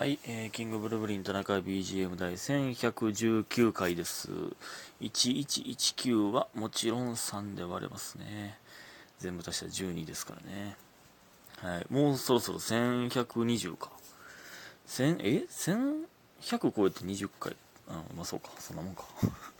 はい、キングブルーブリン田中 BGM 第1119回です。1119はもちろん3で割れますね。全部足したら12ですからね。はい、もうそろそろ1120か。1100超えて20回。まあそうか、そんなもんか。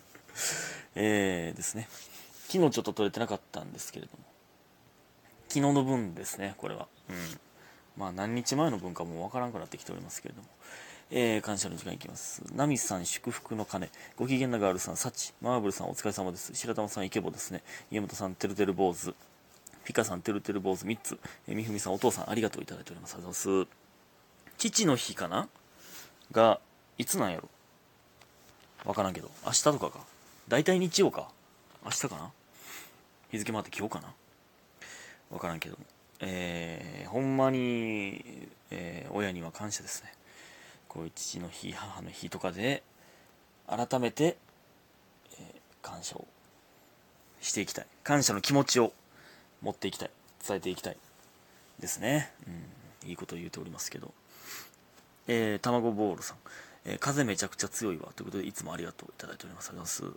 ですね。昨日ちょっと撮れてなかったんですけれども。昨日の分ですね、これは。まあ何日前の分かもわからんくなってきておりますけれども。感謝の時間いきます。ナミさん祝福の鐘、ご機嫌なガールさん、サチ、マーブルさんお疲れ様です。白玉さんイケボですね。家元さんてるてる坊主、ピカさんてるてる坊主3つ、みふみさんお父さんありがとういただいております。ありがとうございます。父の日かながいつなんやろわからんけど明日とかか、だいたい日曜か、明日かな、日付回って今日かな、わからんけども、ほんまに、親には感謝ですね。こういう父の日母の日とかで改めて、感謝をしていきたい、感謝の気持ちを持っていきたい、伝えていきたいですね。いいこと言うておりますけど、卵ボールさん、風めちゃくちゃ強いわということでいつもありがとういただいております。ありがとうございます。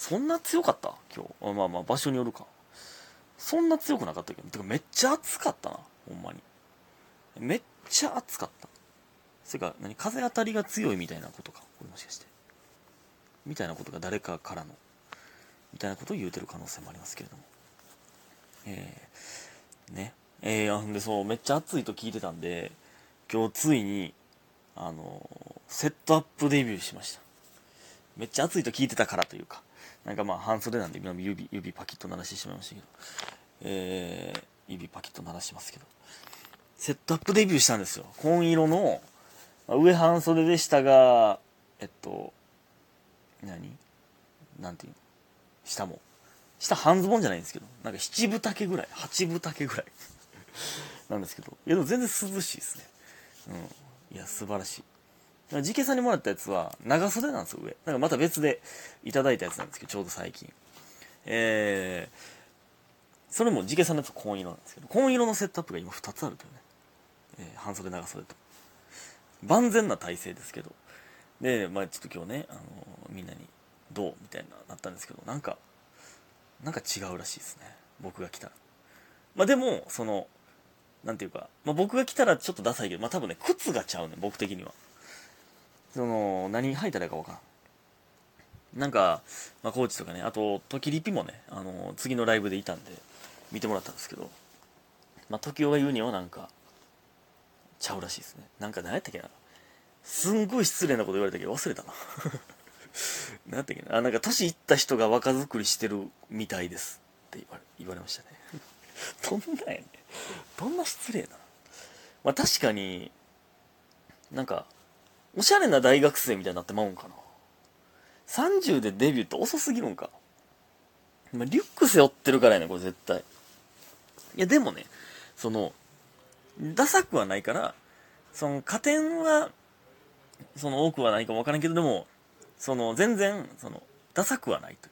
そんな強かった今日？まあまあ場所によるか。そんな強くなかったけど、てかめっちゃ暑かったな、ほんまにめっちゃ暑かった。それか何、風当たりが強いみたいなことか、これもしかしてみたいなことが誰かからのみたいなことを言うてる可能性もありますけれども、ね、んでそうめっちゃ暑いと聞いてたんで、今日ついにセットアップデビューしました。めっちゃ暑いと聞いてたからというか、なんかまあ半袖なんで今指パキッと鳴らしてしまいましたけど、指パキッと鳴らしてますけど、セットアップデビューしたんですよ。紺色の上半袖でしたが、なんていうの、下半ズボンじゃないんですけど、なんか7分丈ぐらい、8分丈ぐらいなんですけど、いやでも全然涼しいですね。いや素晴らしい。ジケさんにもらったやつは長袖なんですよ、上。なんかまた別でいただいたやつなんですけど、ちょうど最近。それもジケさんのやつ紺色なんですけど、紺色のセットアップが今2つあるというね。半袖長袖と。万全な体勢ですけど。で、まあちょっと今日ね、みんなにどうみたいななったんですけど、なんか違うらしいですね。僕が来たら。まあでも、なんていうか、まあ僕が来たらちょっとダサいけど、まあ多分ね、靴がちゃうね、僕的には。何履いたらいいか分からん。なんか、まあコーチとかね、あと、トキリピもね、次のライブでいたんで、見てもらったんですけど、まあ時雄が言うにはなんか、ちゃうらしいですね。なんか何やったっけな。すんごい失礼なこと言われたけど忘れたな。何やったっけな。なんか年いった人が若作りしてるみたいですって言われましたね。どんなやねん。どんな失礼な。まあ確かに、なんか、おしゃれな大学生みたいになってまうんかな。30でデビューって遅すぎるんか。リュック背負ってるからやねこれ絶対。いやでもね、ダサくはないから、加点は、多くはないかもわからんけど、でも、全然、ダサくはないという。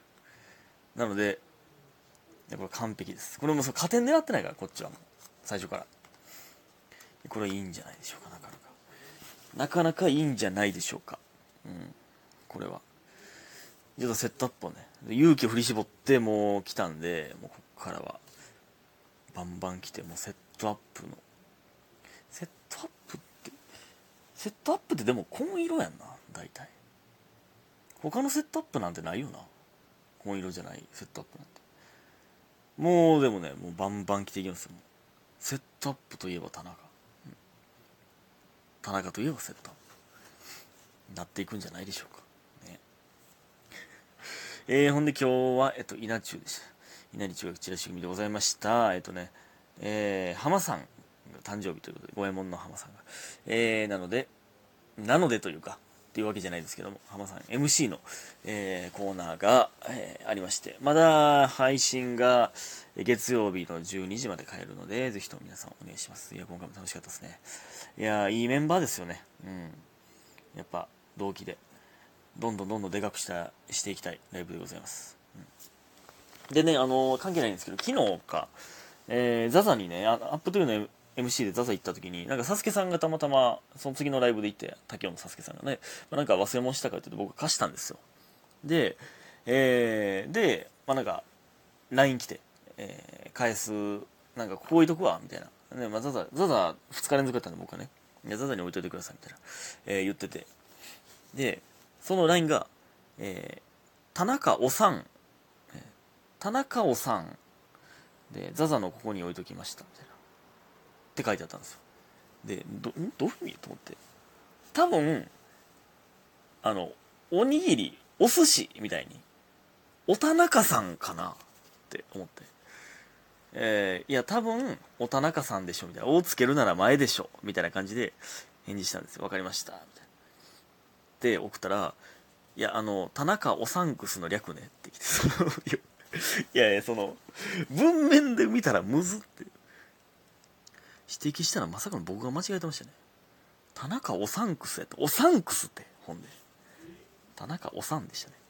なので、いやこれ完璧です。これも加点狙ってないから、こっちはもう。最初から。これはいいんじゃないでしょうか、なかなか。なかなかいいんじゃないでしょうか。これは。ちょっとセットアップをね、勇気を振り絞ってもう来たんで、もうここからは、バンバン来て、もうセットアップの、セットアップって、セットアップってでも紺色やんな、大体。他のセットアップなんてないよな。紺色じゃないセットアップなんて。もうでもね、もうバンバン来ていきますよ。セットアップといえば田中。田中といえばセットアップ。なっていくんじゃないでしょうか。ほんで今日は、稲中でした。稲荷中学チラシ組でございました。浜さんが誕生日ということで、五右衛門の浜さんが。なのでというか、っていうわけじゃないですけども、浜さん MC の、コーナーが、ありまして、まだ配信が月曜日の12時まで買えるので、ぜひとも皆さんお願いします。いや、今回も楽しかったですね。いや、いいメンバーですよね。やっぱ、同期で。どんどんでかくしていきたいライブでございます。でね、関係ないんですけど、昨日か、ザザにね、アップトゥーの MC でザザ行った時になんかサスケさんがたまたまその次のライブで行って竹雄のサスケさんがね、なんか忘れ物したからって言って僕貸したんですよ。で、なんか LINE 来て、返すなんかここ置いとくわみたいな、ね、ザザ2日連続やったんで僕はね、ザザに置いといてくださいみたいな、言ってて、でその LINE が、田中おさん、田中おさんでザザのここに置いときましたみたいなって書いてあったんですよ。でどういう意味と思って、多分おにぎりお寿司みたいにお田中さんかなって思って、いや多分お田中さんでしょみたいな、「お」つけるなら前でしょみたいな感じで返事したんですよ。わかりましたみたいなで送ったら、いや田中おサンクスの略ねってきて、いやいや、その文面で見たらむずって指摘したらまさかの僕が間違えてましたね。田中おサンクスやった、おサンクスってほんで田中おさんでしたね。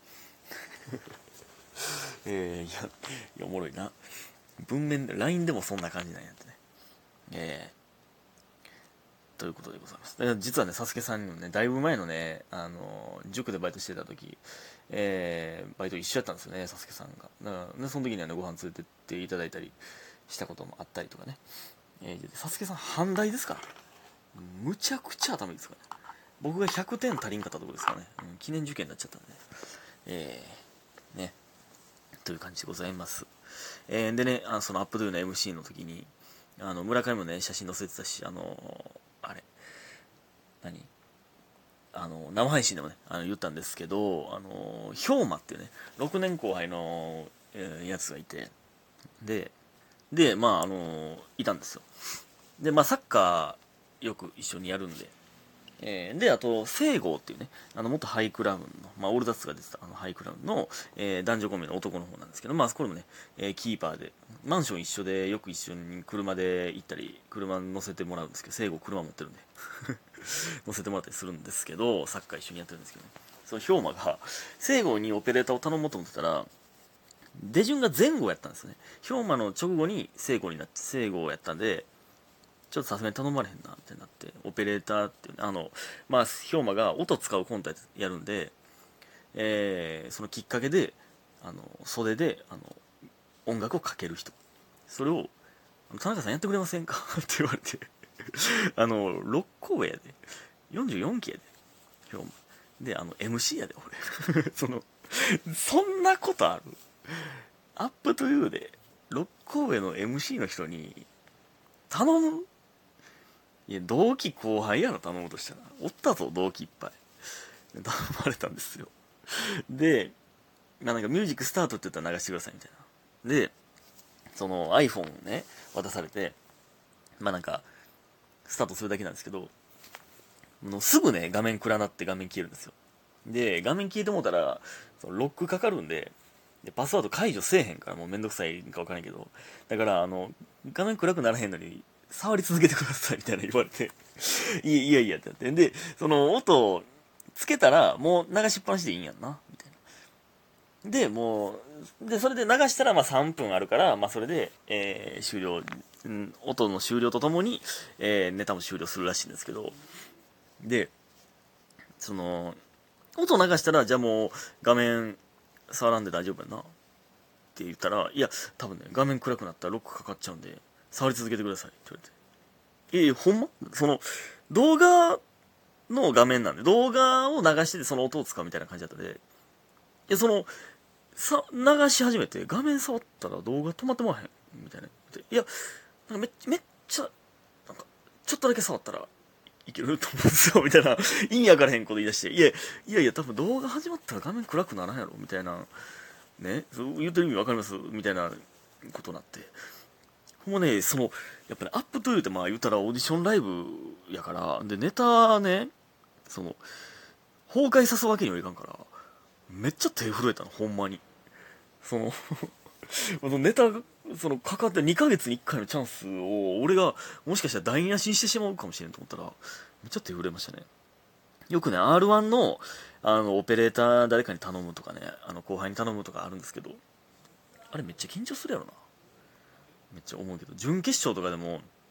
いやおもろいな、文面で LINE でもそんな感じなんやってね。ということでございます。だから実はね、サスケさんにもね、だいぶ前のね、塾でバイトしてた時、バイト一緒やったんですよね、サスケさんが。だからね、その時にはね、ご飯連れてっていただいたりしたこともあったりとかね。サスケさん、半大ですから。むちゃくちゃ頭いいですからね。僕が100点足りんかったところですからね。記念受験になっちゃったんで。ね。という感じでございます。でね、そのアップドゥーの MC の時に、村上もね、写真載せてたし、あれ、何生配信でもね、言ったんですけど、氷馬っていうね、6年後輩の、やつがいて、で、まあ、いたんですよ。で、まあ、サッカーよく一緒にやるんで、で、あと、聖郷っていうね、元ハイクラウンの、まあ、オールダッツが出てたハイクラウンの、男女コンビの男の方なんですけど、まあ、これもね、キーパーで、マンション一緒で、よく一緒に車で行ったり、車乗せてもらうんですけど、聖郷車持ってるんで、乗せてもらったりするんですけど、サッカー一緒にやってるんですけどね、その氷馬が、聖郷にオペレーターを頼もうと思ってたら、出順が前後やったんですよね。氷馬の直後に聖郷になって、聖郷やったんで、ちょっとさすがに頼まれへんなってなって、オペレーターっていうね、まあ、氷馬が音使うコントやるんで、そのきっかけで、袖で、音楽をかける人。それを、田中さんやってくれませんかって言われて、6個上やで。44期やで。氷馬。で、MC やで、俺。そんなことある？アップトゥユーで、6個上の MC の人に、頼む？いや、同期後輩やろ、頼むとしたら。おったぞ、同期いっぱい。頼まれたんですよ。で、まあ、なんかミュージックスタートって言ったら流してくださいみたいな。で、その iPhone ね、渡されて、まあなんか、スタートするだけなんですけど、すぐね、画面暗なって画面消えるんですよ。で、画面消えてもうたら、そのロックかかるんで、パスワード解除せえへんから、もうめんどくさいか分からんけど、だから、画面暗くならへんのに、触り続けてくださいみたいな言われていやいやってなって。で、その音つけたら、もう流しっぱなしでいいんやんな、みたいな。で、もう、で、それで流したら、まあ3分あるから、まあそれで、終了、音の終了とともに、ネタも終了するらしいんですけど、で、その、音流したら、じゃあもう画面触らんで大丈夫やなって言ったら、いや、多分ね、画面暗くなったらロックかかっちゃうんで、触り続けてくださいって言われて。ほんまその、動画の画面なんで、動画を流しててその音を使うみたいな感じだったんで、いや、流し始めて、画面触ったら動画止まってまわへんみたいな。いや、なんかめっちゃ、なんか、ちょっとだけ触ったらいけると思うんですよ、みたいな。意味わからへんこと言い出して、いや、多分動画始まったら画面暗くならんやろみたいな。ね、そう言ってる意味わかりますみたいなことになって。ほんまね、やっぱね、アップトゥーってまあ言ったらオーディションライブやから、で、ネタね、崩壊さすわけにはいかんから、めっちゃ手震えたの、ほんまに。そのネタ、かかって2ヶ月に1回のチャンスを、俺が、もしかしたら台無しにしてしまうかもしれんと思ったら、めっちゃ手震えましたね。よくね、R1 の、オペレーター誰かに頼むとかね、後輩に頼むとかあるんですけど、あれめっちゃ緊張するやろな。めっちゃ思うけど、準決勝とかでも、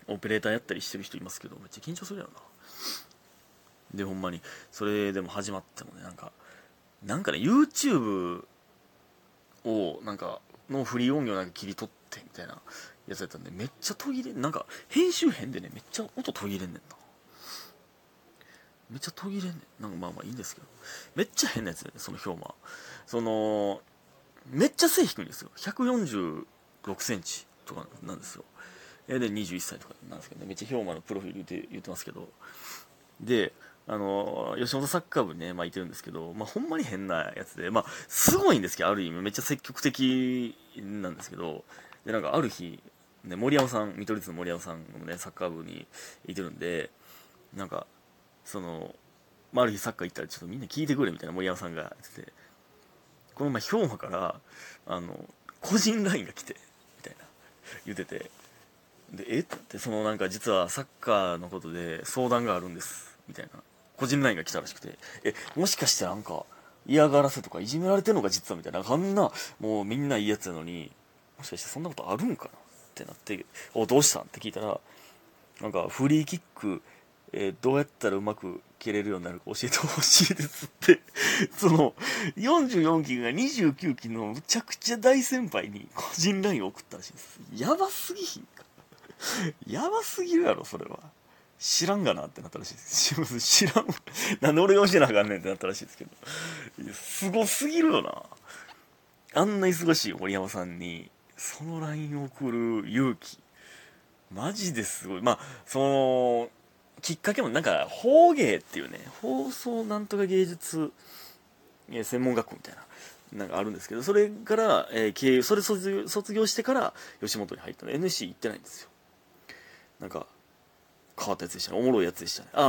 オペレーターやったりしてる人いますけど、めっちゃ緊張するやろな。でほんまにそれでも始まってもね、なんかね YouTube をのフリー音源を切り取ってみたいなやつやったんで、めっちゃ途切れ、編集変でね、めっちゃ音途切れんねんな。めっちゃ途切れんねん。まあまあいいんですけど、めっちゃ変なやつでね、その氷馬。めっちゃ背低いんですよ。146センチとかなんですよ。で21歳とかなんですけどね、めっちゃ氷馬のプロフィール言ってますけど、で吉本サッカー部にね、いてるんですけど、ほんまに変なやつで、すごいんですけど、ある意味めっちゃ積極的なんですけど、である日、ね、見取り図の森山さんもね、サッカー部にいてるんで、ある日サッカー行ったらちょっとみんな聞いてくれみたいな森山さんが言ってて、この前氷馬から個人 LINE が来てみたいな言ってて、でって実はサッカーのことで相談があるんですみたいな個人 LINE が来たらしくて、もしかして嫌がらせとかいじめられてんのか実はみたいな、あんなもうみんないいやつなのに、もしかしてそんなことあるんかなってなって、どうしたんって聞いたら、フリーキック、どうやったらうまく蹴れるようになるか教えてほしいですって44期が29期のむちゃくちゃ大先輩に個人 LINE を送ったらしいんです。やばすぎひんか。やばすぎるやろそれは。知らんがなってなったらしいです。知らんなんで俺が教えなあかんねんってなったらしいですけど、すごすぎるよな。あんな忙しい森山さんにその LINE を送る勇気、マジですごい。きっかけも法芸っていうね、放送なんとか芸術専門学校みたいなあるんですけど、それから、それ卒業してから吉本に入ったので NSC 行ってないんですよ。変わったやつでしたね。おもろいやつでしたね。